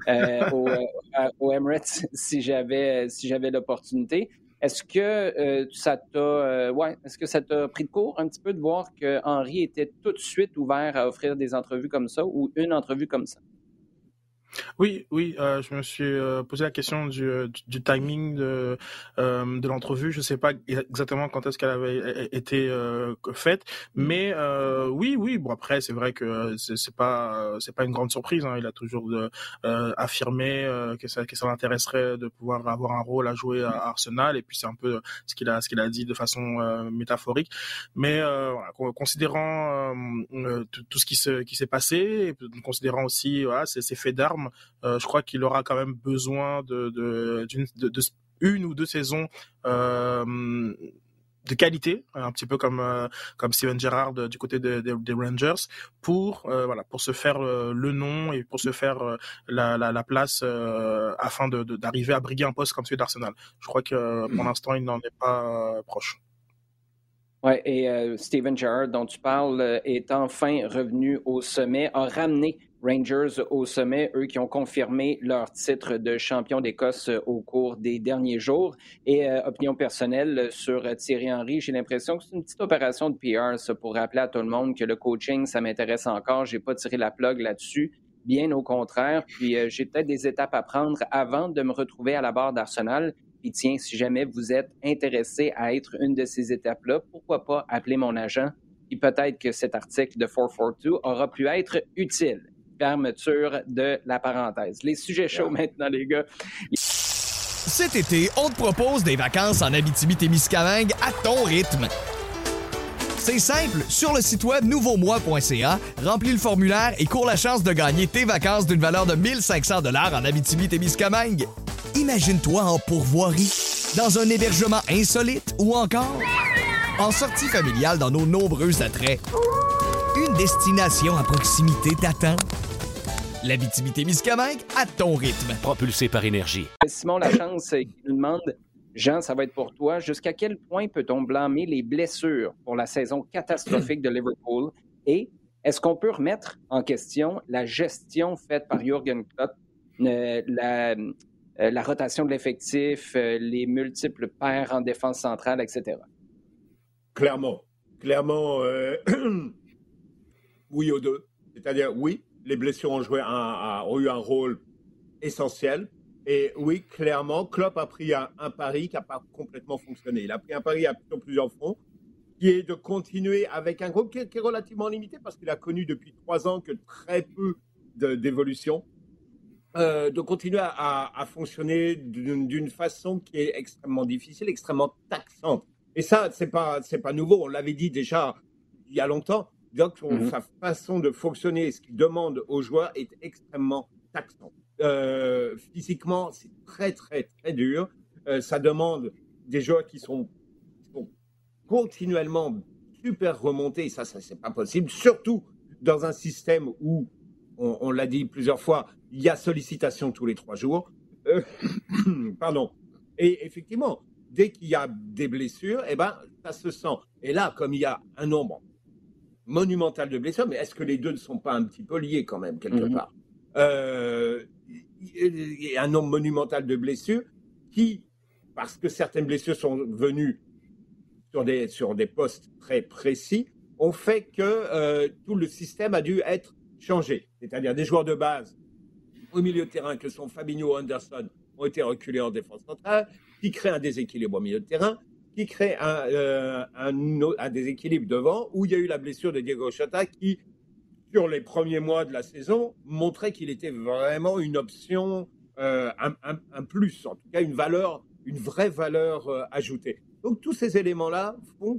Speaker 3: au Emirates si j'avais l'opportunité. Est-ce que ça t'a pris de court un petit peu de voir que Henry était tout de suite ouvert à offrir des entrevues comme ça ou une entrevue comme ça?
Speaker 5: Oui, je me suis posé la question du timing de l'entrevue. Je sais pas exactement quand est-ce qu'elle avait été faite, mais oui. Bon, après, c'est vrai que c'est pas une grande surprise. Hein. Il a toujours affirmé que ça l'intéresserait de pouvoir avoir un rôle à jouer à Arsenal, et puis c'est un peu ce qu'il a dit de façon métaphorique. Mais considérant tout ce qui s'est passé, et considérant aussi ces faits d'armes. Je crois qu'il aura quand même besoin d'une ou deux saisons de qualité, un petit peu comme Steven Gerrard du côté des Rangers, pour se faire le nom et pour se faire la place afin d'arriver à briguer un poste comme celui d'Arsenal. Je crois que pour l'instant, il n'en est pas proche.
Speaker 3: Oui, et Steven Gerrard, dont tu parles, est enfin revenu au sommet, a ramené Rangers au sommet, eux qui ont confirmé leur titre de champion d'Écosse au cours des derniers jours. Et opinion personnelle sur Thierry Henry, j'ai l'impression que c'est une petite opération de PR, ça, pour rappeler à tout le monde que le coaching, ça m'intéresse encore. J'ai pas tiré la plug là-dessus, bien au contraire. Puis j'ai peut-être des étapes à prendre avant de me retrouver à la barre d'Arsenal. Puis tiens, si jamais vous êtes intéressé à être une de ces étapes-là, pourquoi pas appeler mon agent? Puis peut-être que cet article de 442 aura pu être utile. Fermeture de la parenthèse. Les sujets chauds maintenant, les gars.
Speaker 1: Cet été, on te propose des vacances en Abitibi-Témiscamingue à ton rythme. C'est simple, sur le site web nouveaumois.ca, remplis le formulaire et cours la chance de gagner tes vacances d'une valeur de 1 500 $ en Abitibi-Témiscamingue. Imagine-toi en pourvoirie, dans un hébergement insolite ou encore en sortie familiale dans nos nombreux attraits. Une destination à proximité t'attend. L'Abitibi-Témiscamingue à ton rythme.
Speaker 2: Propulsé par Énergie.
Speaker 3: Simon Lachance qui nous demande, Jean, ça va être pour toi, jusqu'à quel point peut-on blâmer les blessures pour la saison catastrophique de Liverpool? Et est-ce qu'on peut remettre en question la gestion faite par Jürgen Klopp la rotation de l'effectif, les multiples paires en défense centrale, etc.
Speaker 4: Clairement, oui aux deux. C'est-à-dire, oui, les blessures ont eu un rôle essentiel. Et oui, clairement, Klopp a pris un pari qui n'a pas complètement fonctionné. Il a pris un pari sur plusieurs fronts, qui est de continuer avec un groupe qui est relativement limité parce qu'il a connu depuis 3 ans que très peu d'évolution, de continuer à fonctionner d'une façon qui est extrêmement difficile, extrêmement taxante. Et ça, c'est pas nouveau. On l'avait dit déjà il y a longtemps. Donc, sa façon de fonctionner, ce qu'il demande aux joueurs est extrêmement taxant. Physiquement, c'est très, très, très dur. Ça demande des joueurs qui sont continuellement super remontés. Ça, c'est pas possible. Surtout dans un système où, on l'a dit plusieurs fois, il y a sollicitation tous les 3 jours. Pardon. Et effectivement, dès qu'il y a des blessures, ça se sent. Et là, comme il y a un nombre monumental de blessures, mais est-ce que les deux ne sont pas un petit peu liés quand même, quelque part? Il y a un nombre monumental de blessures qui, parce que certaines blessures sont venues sur des postes très précis, ont fait que tout le système a dû être changé. C'est-à-dire des joueurs de base au milieu de terrain que sont Fabinho, Anderson, ont été reculés en défense centrale, qui créent un déséquilibre au milieu de terrain, qui crée un déséquilibre devant, où il y a eu la blessure de Diego Jota qui, sur les premiers mois de la saison, montrait qu'il était vraiment une option, un plus, en tout cas une vraie valeur ajoutée. Donc tous ces éléments-là font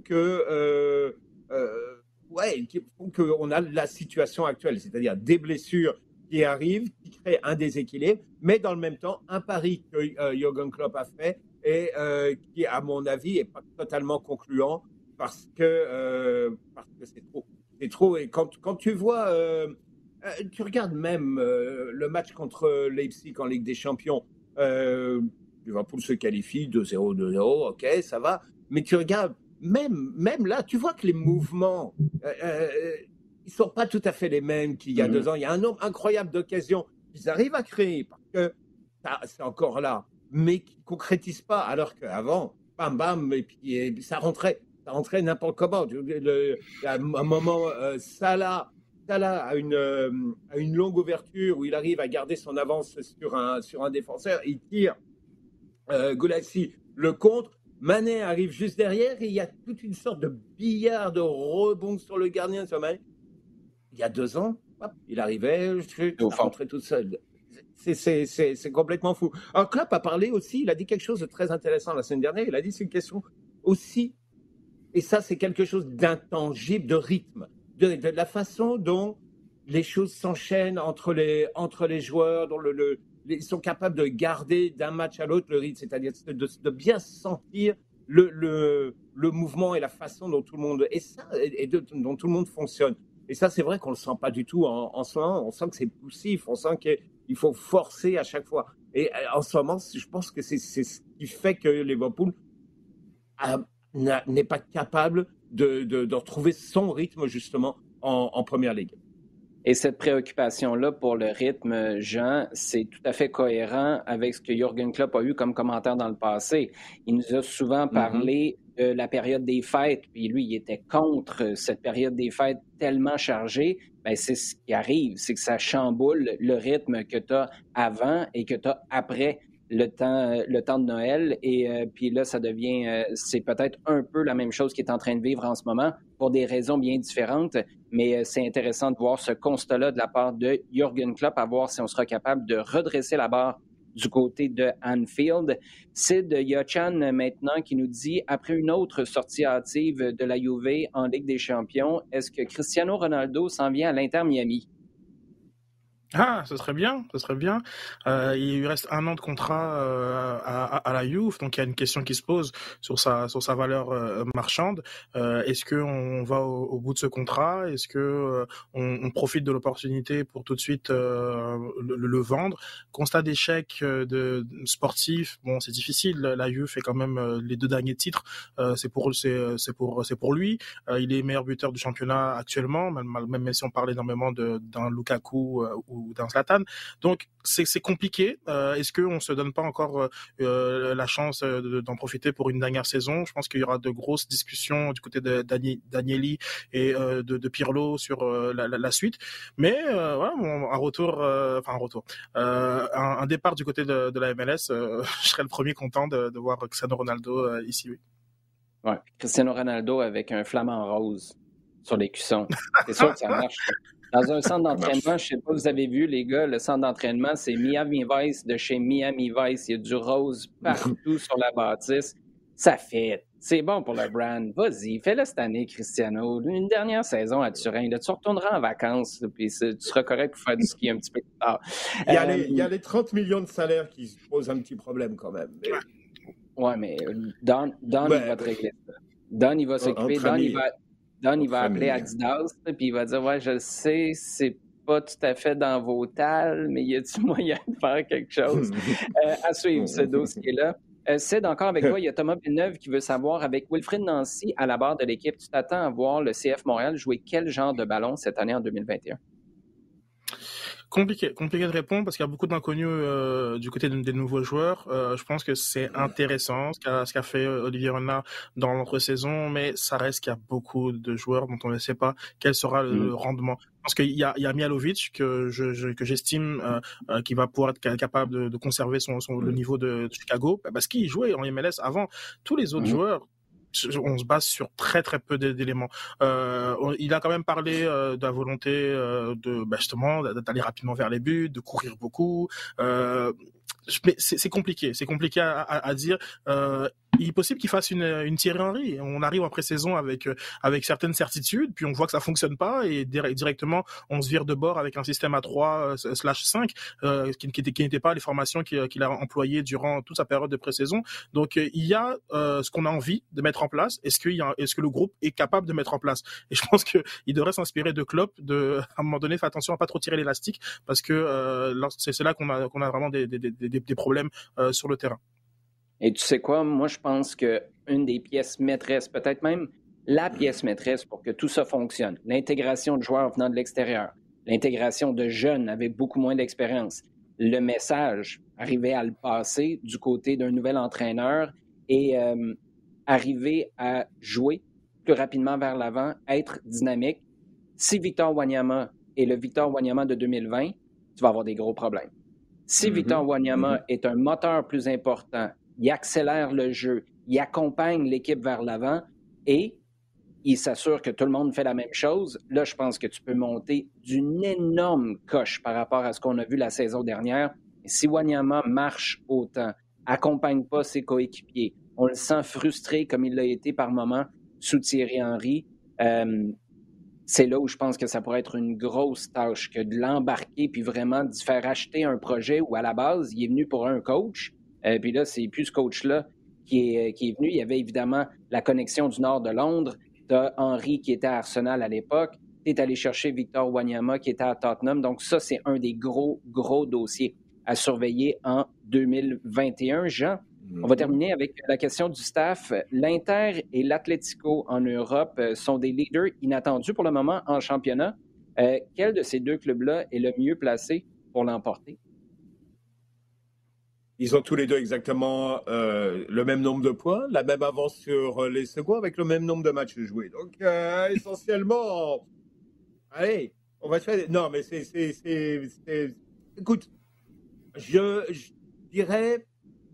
Speaker 4: qu'on a la situation actuelle, c'est-à-dire des blessures qui arrivent, qui créent un déséquilibre, mais dans le même temps, un pari que Jürgen Klopp a fait et qui, à mon avis, n'est pas totalement concluant parce que c'est trop. C'est trop. Et quand tu vois, tu regardes même le match contre Leipzig en Ligue des Champions, Liverpool se qualifie 2-0, 2-0, ok, ça va. Mais tu regardes, même là, tu vois que les mouvements, ils ne sont pas tout à fait les mêmes qu'il y a 2 ans. Il y a un nombre incroyable d'occasions qu'ils arrivent à créer parce que c'est encore là, mais qui ne concrétisent pas. Alors qu'avant, bam, bam, et puis ça rentrait n'importe comment. À un moment, Salah a une longue ouverture où il arrive à garder son avance sur un défenseur. Il tire. Goulassi le contre. Mané arrive juste derrière et il y a toute une sorte de billard de rebond sur le gardien. Il y a 2 ans, hop, il arrivait, il rentrait tout seul. C'est complètement fou. Alors Klopp a parlé aussi, il a dit quelque chose de très intéressant la semaine dernière. Il a dit c'est une question aussi, et ça c'est quelque chose d'intangible, de rythme, de la façon dont les choses s'enchaînent entre les joueurs, dont ils sont capables de garder d'un match à l'autre le rythme, c'est-à-dire de bien sentir le mouvement et la façon dont tout le monde dont tout le monde fonctionne. Et ça, c'est vrai qu'on le sent pas du tout en ce moment. On sent que c'est poussif, on sent qu'il faut forcer à chaque fois. Et en ce moment, je pense que c'est ce qui fait que Liverpool n'est pas capable de retrouver son rythme justement en Première Ligue.
Speaker 3: Et cette préoccupation-là pour le rythme, Jean, c'est tout à fait cohérent avec ce que Jürgen Klopp a eu comme commentaire dans le passé. Il nous a souvent parlé de la période des fêtes, puis lui, il était contre cette période des fêtes tellement chargée. Bien, c'est ce qui arrive, c'est que ça chamboule le rythme que tu as avant et que tu as après le temps de Noël. Et puis là, ça devient, c'est peut-être un peu la même chose qui est en train de vivre en ce moment pour des raisons bien différentes. Mais c'est intéressant de voir ce constat-là de la part de Jürgen Klopp, à voir si on sera capable de redresser la barre du côté de Anfield. Sid Yochan, maintenant, qui nous dit, après une autre sortie hâtive de la Juve en Ligue des Champions, est-ce que Cristiano Ronaldo s'en vient à l'Inter Miami?
Speaker 5: Ah, ce serait bien. Il lui reste 1 an de contrat à la Juve, donc il y a une question qui se pose sur sa valeur marchande. Est-ce que on va au bout de ce contrat? Est-ce que on profite de l'opportunité pour tout de suite le vendre? Constat d'échec de sportif. Bon, c'est difficile. La Juve fait quand même les 2 derniers titres. C'est pour lui. Il est meilleur buteur du championnat actuellement, même si on parle énormément d'un Lukaku ou ou d'un Zlatan. Donc c'est compliqué. Est-ce qu'on se donne pas encore la chance d'en profiter pour une dernière saison? Je pense qu'il y aura de grosses discussions du côté de d'Agnelli et de Pirlo sur la suite. Mais voilà, un départ du côté de la MLS, je serais le premier content de voir Cristiano Ronaldo ici. Oui.
Speaker 3: Ouais, Cristiano Ronaldo avec un flamant rose sur les cuissons. C'est sûr que ça marche. Dans un centre d'entraînement, je ne sais pas si vous avez vu, les gars, le centre d'entraînement, c'est Miami Vice de chez Miami Vice. Il y a du rose partout sur la bâtisse. Ça fait. C'est bon pour le brand. Vas-y, fais-le cette année, Cristiano. Une dernière saison à Turin. Là, tu retourneras en vacances, puis tu seras correct pour faire du ski un petit peu plus tard.
Speaker 4: Il y a les 30 millions de salaires qui se posent un petit problème quand même. Mais...
Speaker 3: Ouais, mais Don il va te régler ça. Don, il va s'occuper. Don, il va appeler Adidas, puis il va dire « Ouais, je le sais, c'est pas tout à fait dans vos tales, mais y a-t-il moyen de faire quelque chose? » À suivre ce dossier-là. Sid, encore avec toi, il y a Thomas Villeneuve qui veut savoir, avec Wilfried Nancy à la barre de l'équipe, tu t'attends à voir le CF Montréal jouer quel genre de ballon cette année en 2021?
Speaker 5: Compliqué de répondre parce qu'il y a beaucoup d'inconnus du côté des nouveaux joueurs. Je pense que c'est intéressant ce qu'a fait Olivier Renard dans l'entre-saison, mais ça reste qu'il y a beaucoup de joueurs dont on ne sait pas quel sera le rendement. Parce qu'il y a Mihajlovic que j'estime qui va pouvoir être capable de conserver le niveau de Chicago parce qu'il jouait en MLS avant. Tous les autres joueurs, on se base sur très très peu d'éléments. Il a quand même parlé de la volonté justement d'aller rapidement vers les buts, de courir beaucoup. Mais c'est compliqué à dire. Il est possible qu'il fasse une Thierry Henry. On arrive en pré-saison avec certaines certitudes, puis on voit que ça fonctionne pas et directement on se vire de bord avec un système à 3/5 qui n'était pas les formations qu'il a employées durant toute sa période de pré-saison. Donc il y a ce qu'on a envie de mettre en place. Est-ce que le groupe est capable de mettre en place? Et je pense que il devrait s'inspirer de Klopp à un moment donné, faire attention à pas trop tirer l'élastique parce que c'est là qu'on a vraiment des problèmes sur le terrain.
Speaker 3: Et tu sais quoi, moi je pense qu'une des pièces maîtresses, peut-être même la pièce maîtresse pour que tout ça fonctionne, l'intégration de joueurs venant de l'extérieur, l'intégration de jeunes avec beaucoup moins d'expérience, le message, arriver à le passer du côté d'un nouvel entraîneur et arriver à jouer plus rapidement vers l'avant, être dynamique. Si Victor Wanyama est le Victor Wanyama de 2020, tu vas avoir des gros problèmes. Si Victor Wanyama est un moteur plus important, il accélère le jeu, il accompagne l'équipe vers l'avant et il s'assure que tout le monde fait la même chose. Là, je pense que tu peux monter d'une énorme coche par rapport à ce qu'on a vu la saison dernière. Si Wanyama marche autant, accompagne pas ses coéquipiers, on le sent frustré comme il l'a été par moments sous Thierry Henry, c'est là où je pense que ça pourrait être une grosse tâche que de l'embarquer puis vraiment de faire acheter un projet où à la base, il est venu pour un coach. Puis là, c'est plus ce coach-là qui est venu. Il y avait évidemment la connexion du nord de Londres. Tu as Henry qui était à Arsenal à l'époque. Tu es allé chercher Victor Wanyama qui était à Tottenham. Donc ça, c'est un des gros dossiers à surveiller en 2021. Jean, on va terminer avec la question du staff. L'Inter et l'Atlético en Europe sont des leaders inattendus pour le moment en championnat. Quel de ces deux clubs-là est le mieux placé pour l'emporter?
Speaker 4: Ils ont tous les deux exactement le même nombre de points, la même avance sur les seconds avec le même nombre de matchs joués. Donc, essentiellement, allez, on va se faire... Non, mais c'est... Écoute, je dirais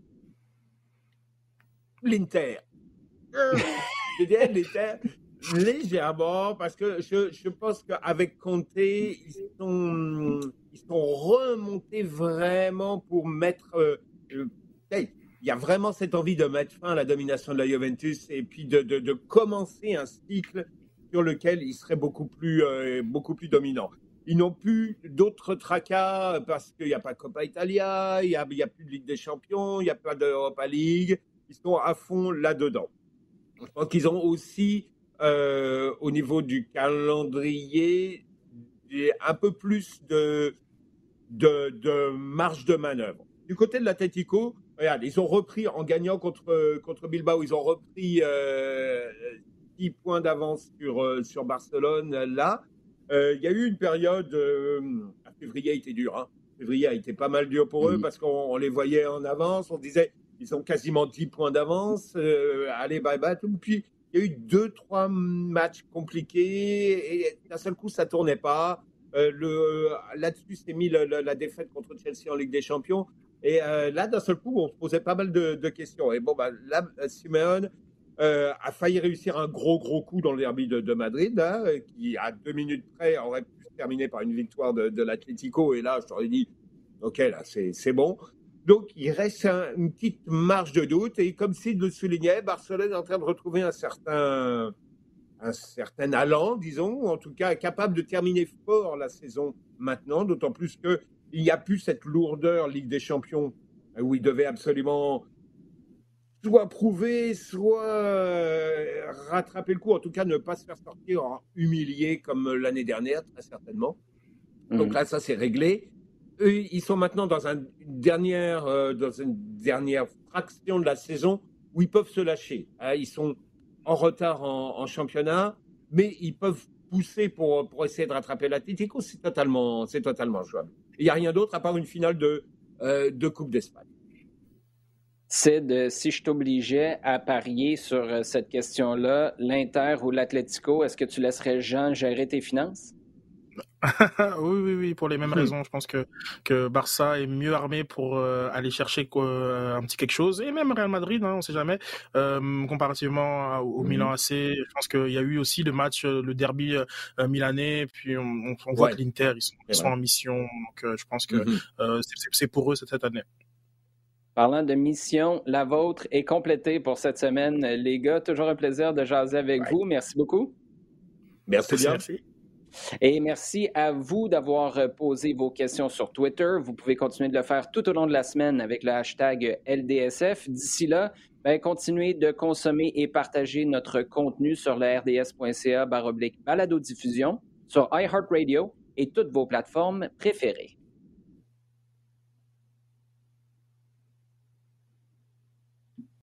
Speaker 4: l'Inter. Je dirais l'Inter légèrement parce que je pense qu'avec Conte, ils sont remontés vraiment pour mettre... il y a vraiment cette envie de mettre fin à la domination de la Juventus et puis de commencer un cycle sur lequel ils seraient beaucoup plus dominants. Ils n'ont plus d'autres tracas parce qu'il n'y a pas Coppa Italia, il n'y a plus de Ligue des Champions, il n'y a pas d'Europa League. Ils sont à fond là-dedans. Je pense qu'ils ont aussi, au niveau du calendrier, un peu plus de marge de manœuvre. Du côté de l'Atlético, regarde, ils ont repris en gagnant contre Bilbao, ils ont repris 10 points d'avance sur Barcelone là. Il y a eu une période février était dur. Hein. Février a été pas mal dur pour eux parce qu'on les voyait en avance. On disait, ils ont quasiment 10 points d'avance. Allez, bye-bye. Puis, il y a eu 2-3 matchs compliqués et d'un seul coup, ça ne tournait pas. Là-dessus, c'est mis la défaite contre Chelsea en Ligue des Champions. Et là, d'un seul coup, on se posait pas mal de questions. Et bon, là, Simeone a failli réussir un gros coup dans le derby de Madrid, hein, qui, à 2 minutes près, aurait pu se terminer par une victoire de l'Atlético. Et là, je t'aurais dit, OK, là, c'est bon. Donc, il reste une petite marge de doute. Et comme Sid le soulignait, Barcelone est en train de retrouver un certain allant, disons, ou en tout cas capable de terminer fort la saison maintenant, d'autant plus qu'il n'y a plus cette lourdeur Ligue des Champions où il devait absolument soit prouver, soit rattraper le coup, en tout cas ne pas se faire sortir humilié comme l'année dernière, très certainement. Donc là, ça c'est réglé. Eux, ils sont maintenant dans une dernière fraction de la saison où ils peuvent se lâcher. Ils sont en retard en championnat, mais ils peuvent pousser pour essayer de rattraper l'Atlético. C'est totalement jouable. Il n'y a rien d'autre à part une finale de Coupe d'Espagne.
Speaker 3: Sid, si je t'obligeais à parier sur cette question-là, l'Inter ou l'Atlético, est-ce que tu laisserais Jean gérer tes finances?
Speaker 5: Oui, pour les mêmes raisons. Je pense que Barça est mieux armé pour aller chercher un petit quelque chose. Et même Real Madrid, hein, on ne sait jamais. Comparativement au Milan AC, je pense qu'il y a eu aussi le match, le derby milanais. Puis on voit que l'Inter, ils sont en mission. Donc je pense que c'est pour eux cette année.
Speaker 3: Parlant de mission, la vôtre est complétée pour cette semaine. Les gars, toujours un plaisir de jaser avec vous. Merci beaucoup.
Speaker 4: Merci bien.
Speaker 5: Merci.
Speaker 3: Et merci à vous d'avoir posé vos questions sur Twitter. Vous pouvez continuer de le faire tout au long de la semaine avec le hashtag LDSF. D'ici là, continuez de consommer et partager notre contenu sur le rds.ca/balado-diffusion, sur iHeartRadio et toutes vos plateformes préférées.